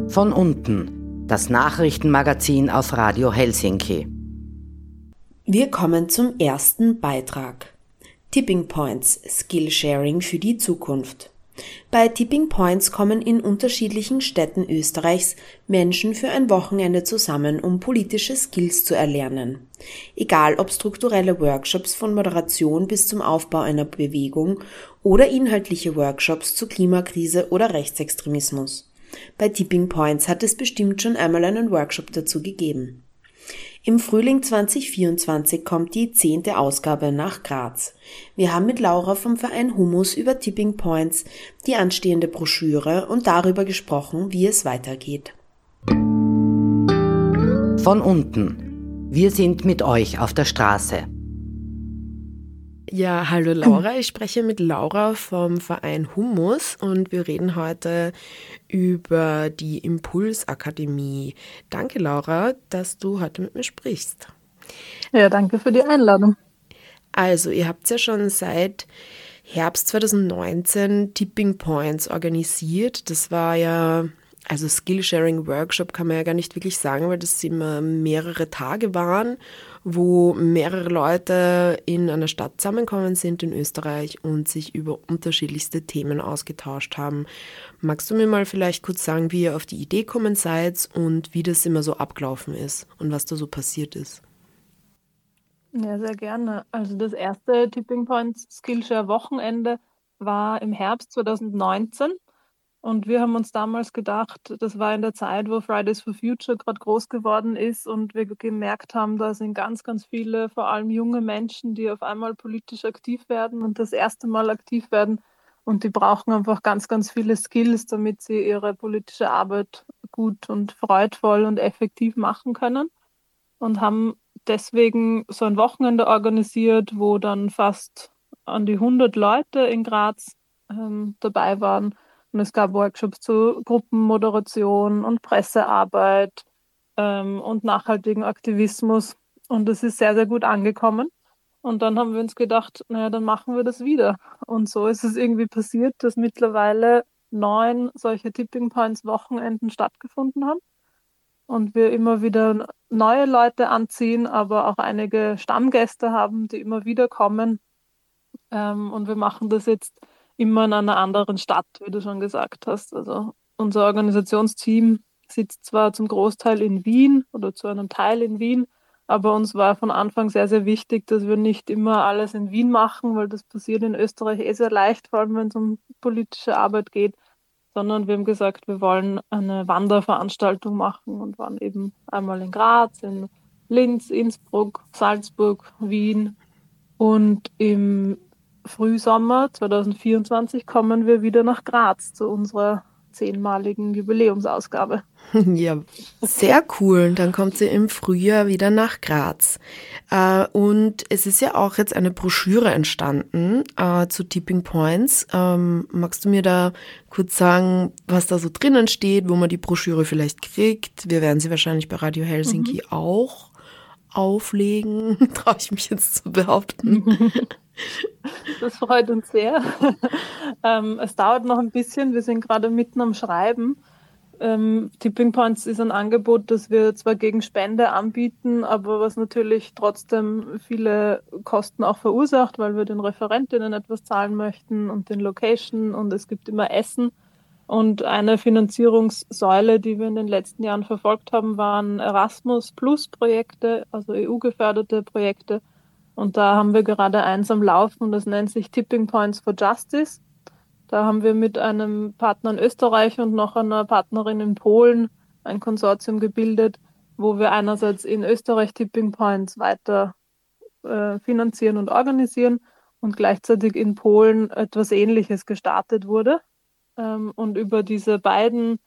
Von unten, das Nachrichtenmagazin auf Radio Helsinki. Wir kommen zum ersten Beitrag. Tipping Points – Skillsharing für die Zukunft. Bei Tipping Points kommen in unterschiedlichen Städten Österreichs Menschen für ein Wochenende zusammen, um politische Skills zu erlernen. Egal ob strukturelle Workshops von Moderation bis zum Aufbau einer Bewegung oder inhaltliche Workshops zur Klimakrise oder Rechtsextremismus. Bei Tipping Points hat es bestimmt schon einmal einen Workshop dazu gegeben. Im Frühling 2024 kommt die 10. Ausgabe nach Graz. Wir haben mit Laura vom Verein Humus über Tipping Points, die anstehende Broschüre und darüber gesprochen, wie es weitergeht. Von unten. Wir sind mit euch auf der Straße. Ja, hallo Laura, ich spreche mit Laura vom Verein Humus und wir reden heute über die Impulsakademie. Danke Laura, dass du heute mit mir sprichst. Ja, danke für die Einladung. Also, ihr habt ja schon seit Herbst 2019 Tipping Points organisiert. Das war ja, also Skillsharing-Workshop kann man ja gar nicht wirklich sagen, weil das immer mehrere Tage waren, wo mehrere Leute in einer Stadt zusammengekommen sind in Österreich und sich über unterschiedlichste Themen ausgetauscht haben. Magst du mir mal vielleicht kurz sagen, wie ihr auf die Idee gekommen seid und wie das immer so abgelaufen ist und was da so passiert ist? Ja, sehr gerne. Also das erste Tipping Points Skillshare Wochenende war im Herbst 2019. Und wir haben uns damals gedacht, das war in der Zeit, wo Fridays for Future gerade groß geworden ist und wir gemerkt haben, da sind ganz, ganz viele, vor allem junge Menschen, die auf einmal politisch aktiv werden und das erste Mal aktiv werden. Und die brauchen einfach ganz, ganz viele Skills, damit sie ihre politische Arbeit gut und freudvoll und effektiv machen können. Und haben deswegen so ein Wochenende organisiert, wo dann fast an die 100 Leute in Graz dabei waren. Und es gab Workshops zu Gruppenmoderation und Pressearbeit und nachhaltigen Aktivismus. Und es ist sehr, sehr gut angekommen. Und dann haben wir uns gedacht, naja, dann machen wir das wieder. Und so ist es irgendwie passiert, dass mittlerweile 9 solche Tipping Points Wochenenden stattgefunden haben. Und wir immer wieder neue Leute anziehen, aber auch einige Stammgäste haben, die immer wieder kommen. Und wir machen das jetzt immer in einer anderen Stadt, wie du schon gesagt hast. Also unser Organisationsteam sitzt zwar zum Großteil in Wien oder zu einem Teil in Wien, aber uns war von Anfang sehr, sehr wichtig, dass wir nicht immer alles in Wien machen, weil das passiert in Österreich sehr leicht, vor allem wenn es um politische Arbeit geht, sondern wir haben gesagt, wir wollen eine Wanderveranstaltung machen und waren eben einmal in Graz, in Linz, Innsbruck, Salzburg, Wien und im Frühsommer 2024 kommen wir wieder nach Graz zu unserer 10-maligen Jubiläumsausgabe. Ja, sehr cool. Dann kommt sie im Frühjahr wieder nach Graz. Und es ist ja auch jetzt eine Broschüre entstanden zu Tipping Points. Magst du mir da kurz sagen, was da so drinnen steht, wo man die Broschüre vielleicht kriegt? Wir werden sie wahrscheinlich bei Radio Helsinki auch auflegen, traue ich mich jetzt zu behaupten. Das freut uns sehr. Es dauert noch ein bisschen, wir sind gerade mitten am Schreiben. Tipping Points ist ein Angebot, das wir zwar gegen Spende anbieten, aber was natürlich trotzdem viele Kosten auch verursacht, weil wir den Referentinnen etwas zahlen möchten und den Location und es gibt immer Essen. Und eine Finanzierungssäule, die wir in den letzten Jahren verfolgt haben, waren Erasmus-Plus-Projekte, also EU-geförderte Projekte. Und da haben wir gerade eins am Laufen, das nennt sich Tipping Points for Justice. Da haben wir mit einem Partner in Österreich und noch einer Partnerin in Polen ein Konsortium gebildet, wo wir einerseits in Österreich Tipping Points weiter finanzieren und organisieren und gleichzeitig in Polen etwas Ähnliches gestartet wurde. Und über diese beiden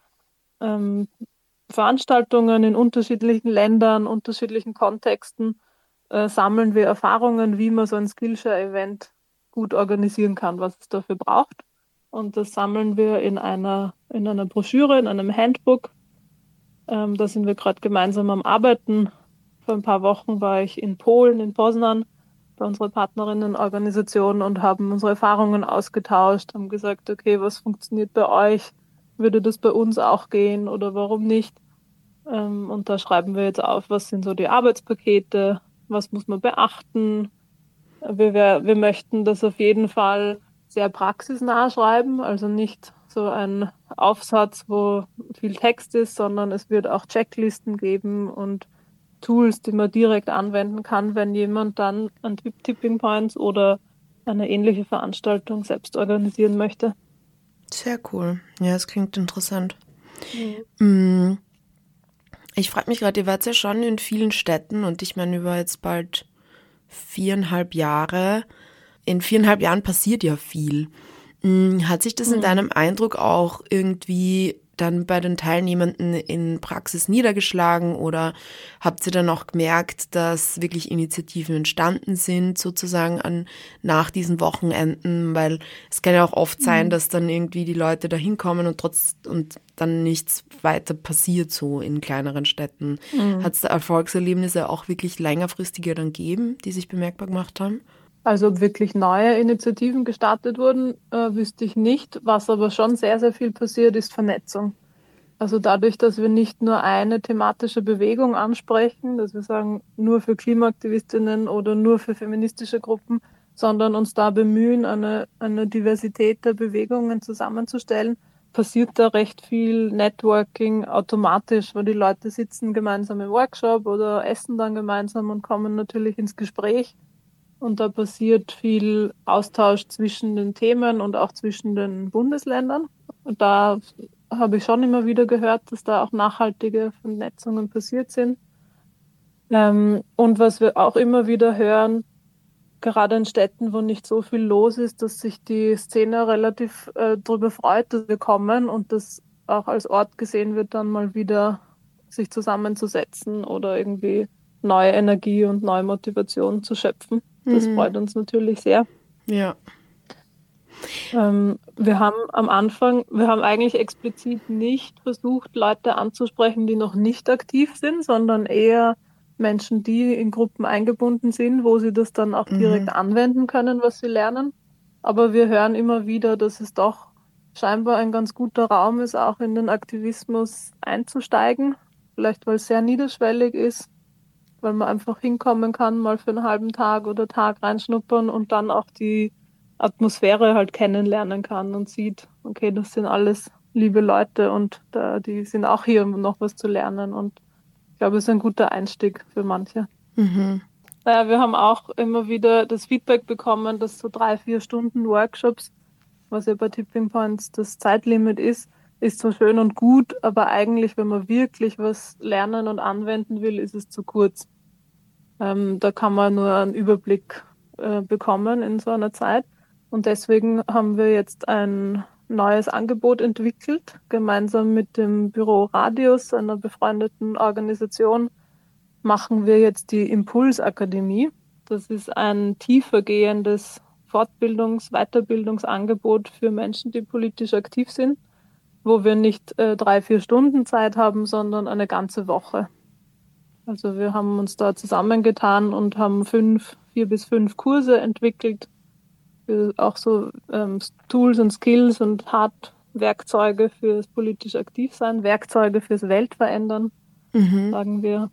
Veranstaltungen in unterschiedlichen Ländern, unterschiedlichen Kontexten sammeln wir Erfahrungen, wie man so ein Skillshare-Event gut organisieren kann, was es dafür braucht. Und das sammeln wir in einer Broschüre, in einem Handbook. Da sind wir gerade gemeinsam am Arbeiten. Vor ein paar Wochen war ich in Polen, in Poznan, bei unserer Partnerinnenorganisation und haben unsere Erfahrungen ausgetauscht, haben gesagt, okay, was funktioniert bei euch? würde das bei uns auch gehen oder warum nicht? Und da schreiben wir jetzt auf, was sind so die Arbeitspakete, was muss man beachten. Wir möchten das auf jeden Fall sehr praxisnah schreiben, also nicht so ein Aufsatz, wo viel Text ist, sondern es wird auch Checklisten geben und Tools, die man direkt anwenden kann, wenn jemand dann an Tipping Points oder eine ähnliche Veranstaltung selbst organisieren möchte. Sehr cool. Ja, das klingt interessant. Mhm. Ich frage mich gerade, ihr wart ja schon in vielen Städten und ich meine, über jetzt bald 4,5 Jahre. In 4,5 Jahren passiert ja viel. Hat sich das in deinem Eindruck auch irgendwie dann bei den Teilnehmenden in Praxis niedergeschlagen oder habt ihr dann auch gemerkt, dass wirklich Initiativen entstanden sind, sozusagen nach diesen Wochenenden? Weil es kann ja auch oft sein, dass dann irgendwie die Leute da hinkommen und dann nichts weiter passiert so in kleineren Städten. Hat es da Erfolgserlebnisse auch wirklich längerfristige dann gegeben, die sich bemerkbar gemacht haben? Also ob wirklich neue Initiativen gestartet wurden, wüsste ich nicht. Was aber schon sehr, sehr viel passiert, ist Vernetzung. Also dadurch, dass wir nicht nur eine thematische Bewegung ansprechen, dass wir sagen, nur für Klimaaktivistinnen oder nur für feministische Gruppen, sondern uns da bemühen, eine Diversität der Bewegungen zusammenzustellen, passiert da recht viel Networking automatisch, weil die Leute sitzen gemeinsam im Workshop oder essen dann gemeinsam und kommen natürlich ins Gespräch. Und da passiert viel Austausch zwischen den Themen und auch zwischen den Bundesländern. Und da habe ich schon immer wieder gehört, dass da auch nachhaltige Vernetzungen passiert sind. Und was wir auch immer wieder hören, gerade in Städten, wo nicht so viel los ist, dass sich die Szene relativ darüber freut, dass wir kommen und das auch als Ort gesehen wird, dann mal wieder sich zusammenzusetzen oder irgendwie neue Energie und neue Motivation zu schöpfen. Das freut uns natürlich sehr. Ja. Wir haben eigentlich explizit nicht versucht, Leute anzusprechen, die noch nicht aktiv sind, sondern eher Menschen, die in Gruppen eingebunden sind, wo sie das dann auch direkt anwenden können, was sie lernen. Aber wir hören immer wieder, dass es doch scheinbar ein ganz guter Raum ist, auch in den Aktivismus einzusteigen. Vielleicht, weil es sehr niederschwellig ist, weil man einfach hinkommen kann, mal für einen halben Tag oder Tag reinschnuppern und dann auch die Atmosphäre halt kennenlernen kann und sieht, okay, das sind alles liebe Leute und die sind auch hier, um noch was zu lernen. Und ich glaube, es ist ein guter Einstieg für manche. Naja, wir haben auch immer wieder das Feedback bekommen, dass so 3-4 Stunden Workshops, was ja bei Tipping Points das Zeitlimit ist zwar schön und gut, aber eigentlich, wenn man wirklich was lernen und anwenden will, ist es zu kurz. Da kann man nur einen Überblick bekommen in so einer Zeit. Und deswegen haben wir jetzt ein neues Angebot entwickelt, gemeinsam mit dem Büro Radius, einer befreundeten Organisation, machen wir jetzt die Impulsakademie. Das ist ein tiefergehendes Weiterbildungsangebot für Menschen, die politisch aktiv sind, wo wir nicht 3-4 Stunden Zeit haben, sondern eine ganze Woche. Also wir haben uns da zusammengetan und haben 4 bis 5 Kurse entwickelt, auch so Tools und Skills und Hardwerkzeuge fürs politisch Aktivsein, Werkzeuge fürs Weltverändern, sagen wir.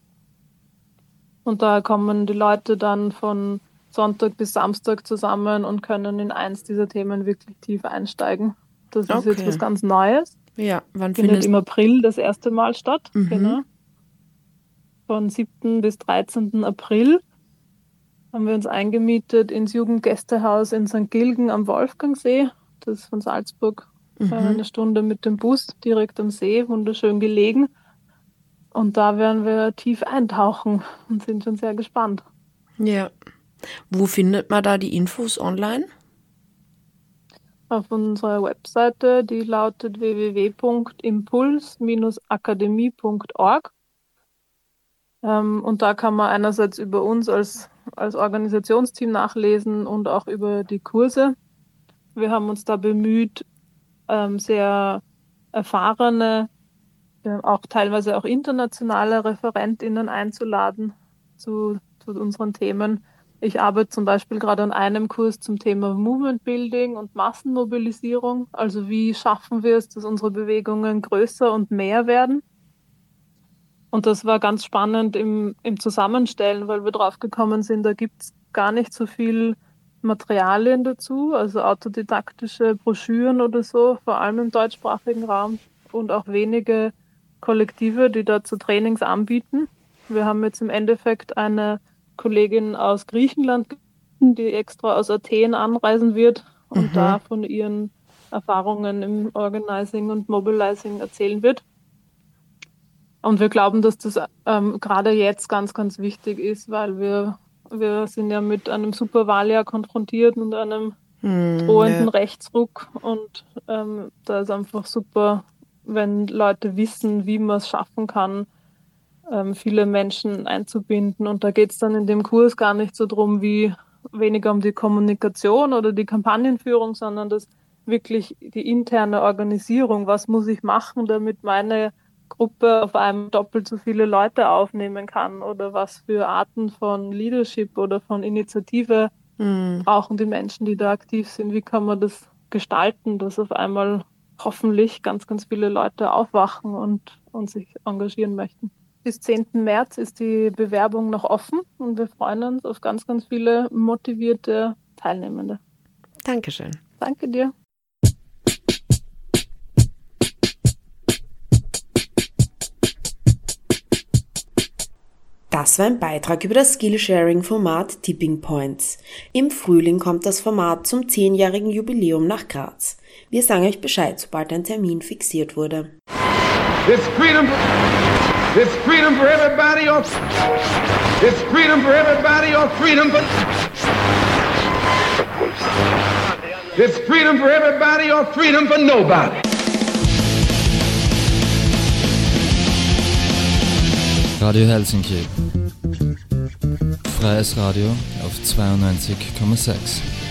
Und da kommen die Leute dann von Sonntag bis Samstag zusammen und können in eins dieser Themen wirklich tief einsteigen. Das ist jetzt was ganz Neues. Ja, wann findet im April das erste Mal statt. Genau. Von 7. bis 13. April haben wir uns eingemietet ins Jugendgästehaus in St. Gilgen am Wolfgangsee. Das ist von Salzburg eine Stunde mit dem Bus direkt am See, wunderschön gelegen. Und da werden wir tief eintauchen und sind schon sehr gespannt. Ja. Wo findet man da die Infos online? Auf unserer Webseite, die lautet www.impuls-akademie.org. Und da kann man einerseits über uns als Organisationsteam nachlesen und auch über die Kurse. Wir haben uns da bemüht, sehr erfahrene, auch teilweise auch internationale ReferentInnen einzuladen zu unseren Themen, Ich arbeite zum Beispiel gerade an einem Kurs zum Thema Movement Building und Massenmobilisierung. Also wie schaffen wir es, dass unsere Bewegungen größer und mehr werden? Und das war ganz spannend im Zusammenstellen, weil wir drauf gekommen sind, da gibt es gar nicht so viel Materialien dazu, also autodidaktische Broschüren oder so, vor allem im deutschsprachigen Raum, und auch wenige Kollektive, die dazu Trainings anbieten. Wir haben jetzt im Endeffekt eine Kollegin aus Griechenland, die extra aus Athen anreisen wird und da von ihren Erfahrungen im Organizing und Mobilizing erzählen wird. Und wir glauben, dass das gerade jetzt ganz, ganz wichtig ist, weil wir sind ja mit einem Superwahljahr konfrontiert und einem drohenden Rechtsruck. Und da ist einfach super, wenn Leute wissen, wie man es schaffen kann, viele Menschen einzubinden. Und da geht es dann in dem Kurs gar nicht so drum, wie weniger um die Kommunikation oder die Kampagnenführung, sondern das wirklich die interne Organisierung. Was muss ich machen, damit meine Gruppe auf einmal doppelt so viele Leute aufnehmen kann? Oder was für Arten von Leadership oder von Initiative brauchen die Menschen, die da aktiv sind? Wie kann man das gestalten, dass auf einmal hoffentlich ganz, ganz viele Leute aufwachen und sich engagieren möchten? Bis 10. März ist die Bewerbung noch offen und wir freuen uns auf ganz, ganz viele motivierte Teilnehmende. Dankeschön. Danke dir. Das war ein Beitrag über das Skillsharing-Format Tipping Points. Im Frühling kommt das Format zum 10-jährigen Jubiläum nach Graz. Wir sagen euch Bescheid, sobald ein Termin fixiert wurde. It's freedom for everybody or it's freedom for everybody or freedom for it's freedom for everybody or freedom for nobody. Radio Helsinki. Freies Radio auf 92,6.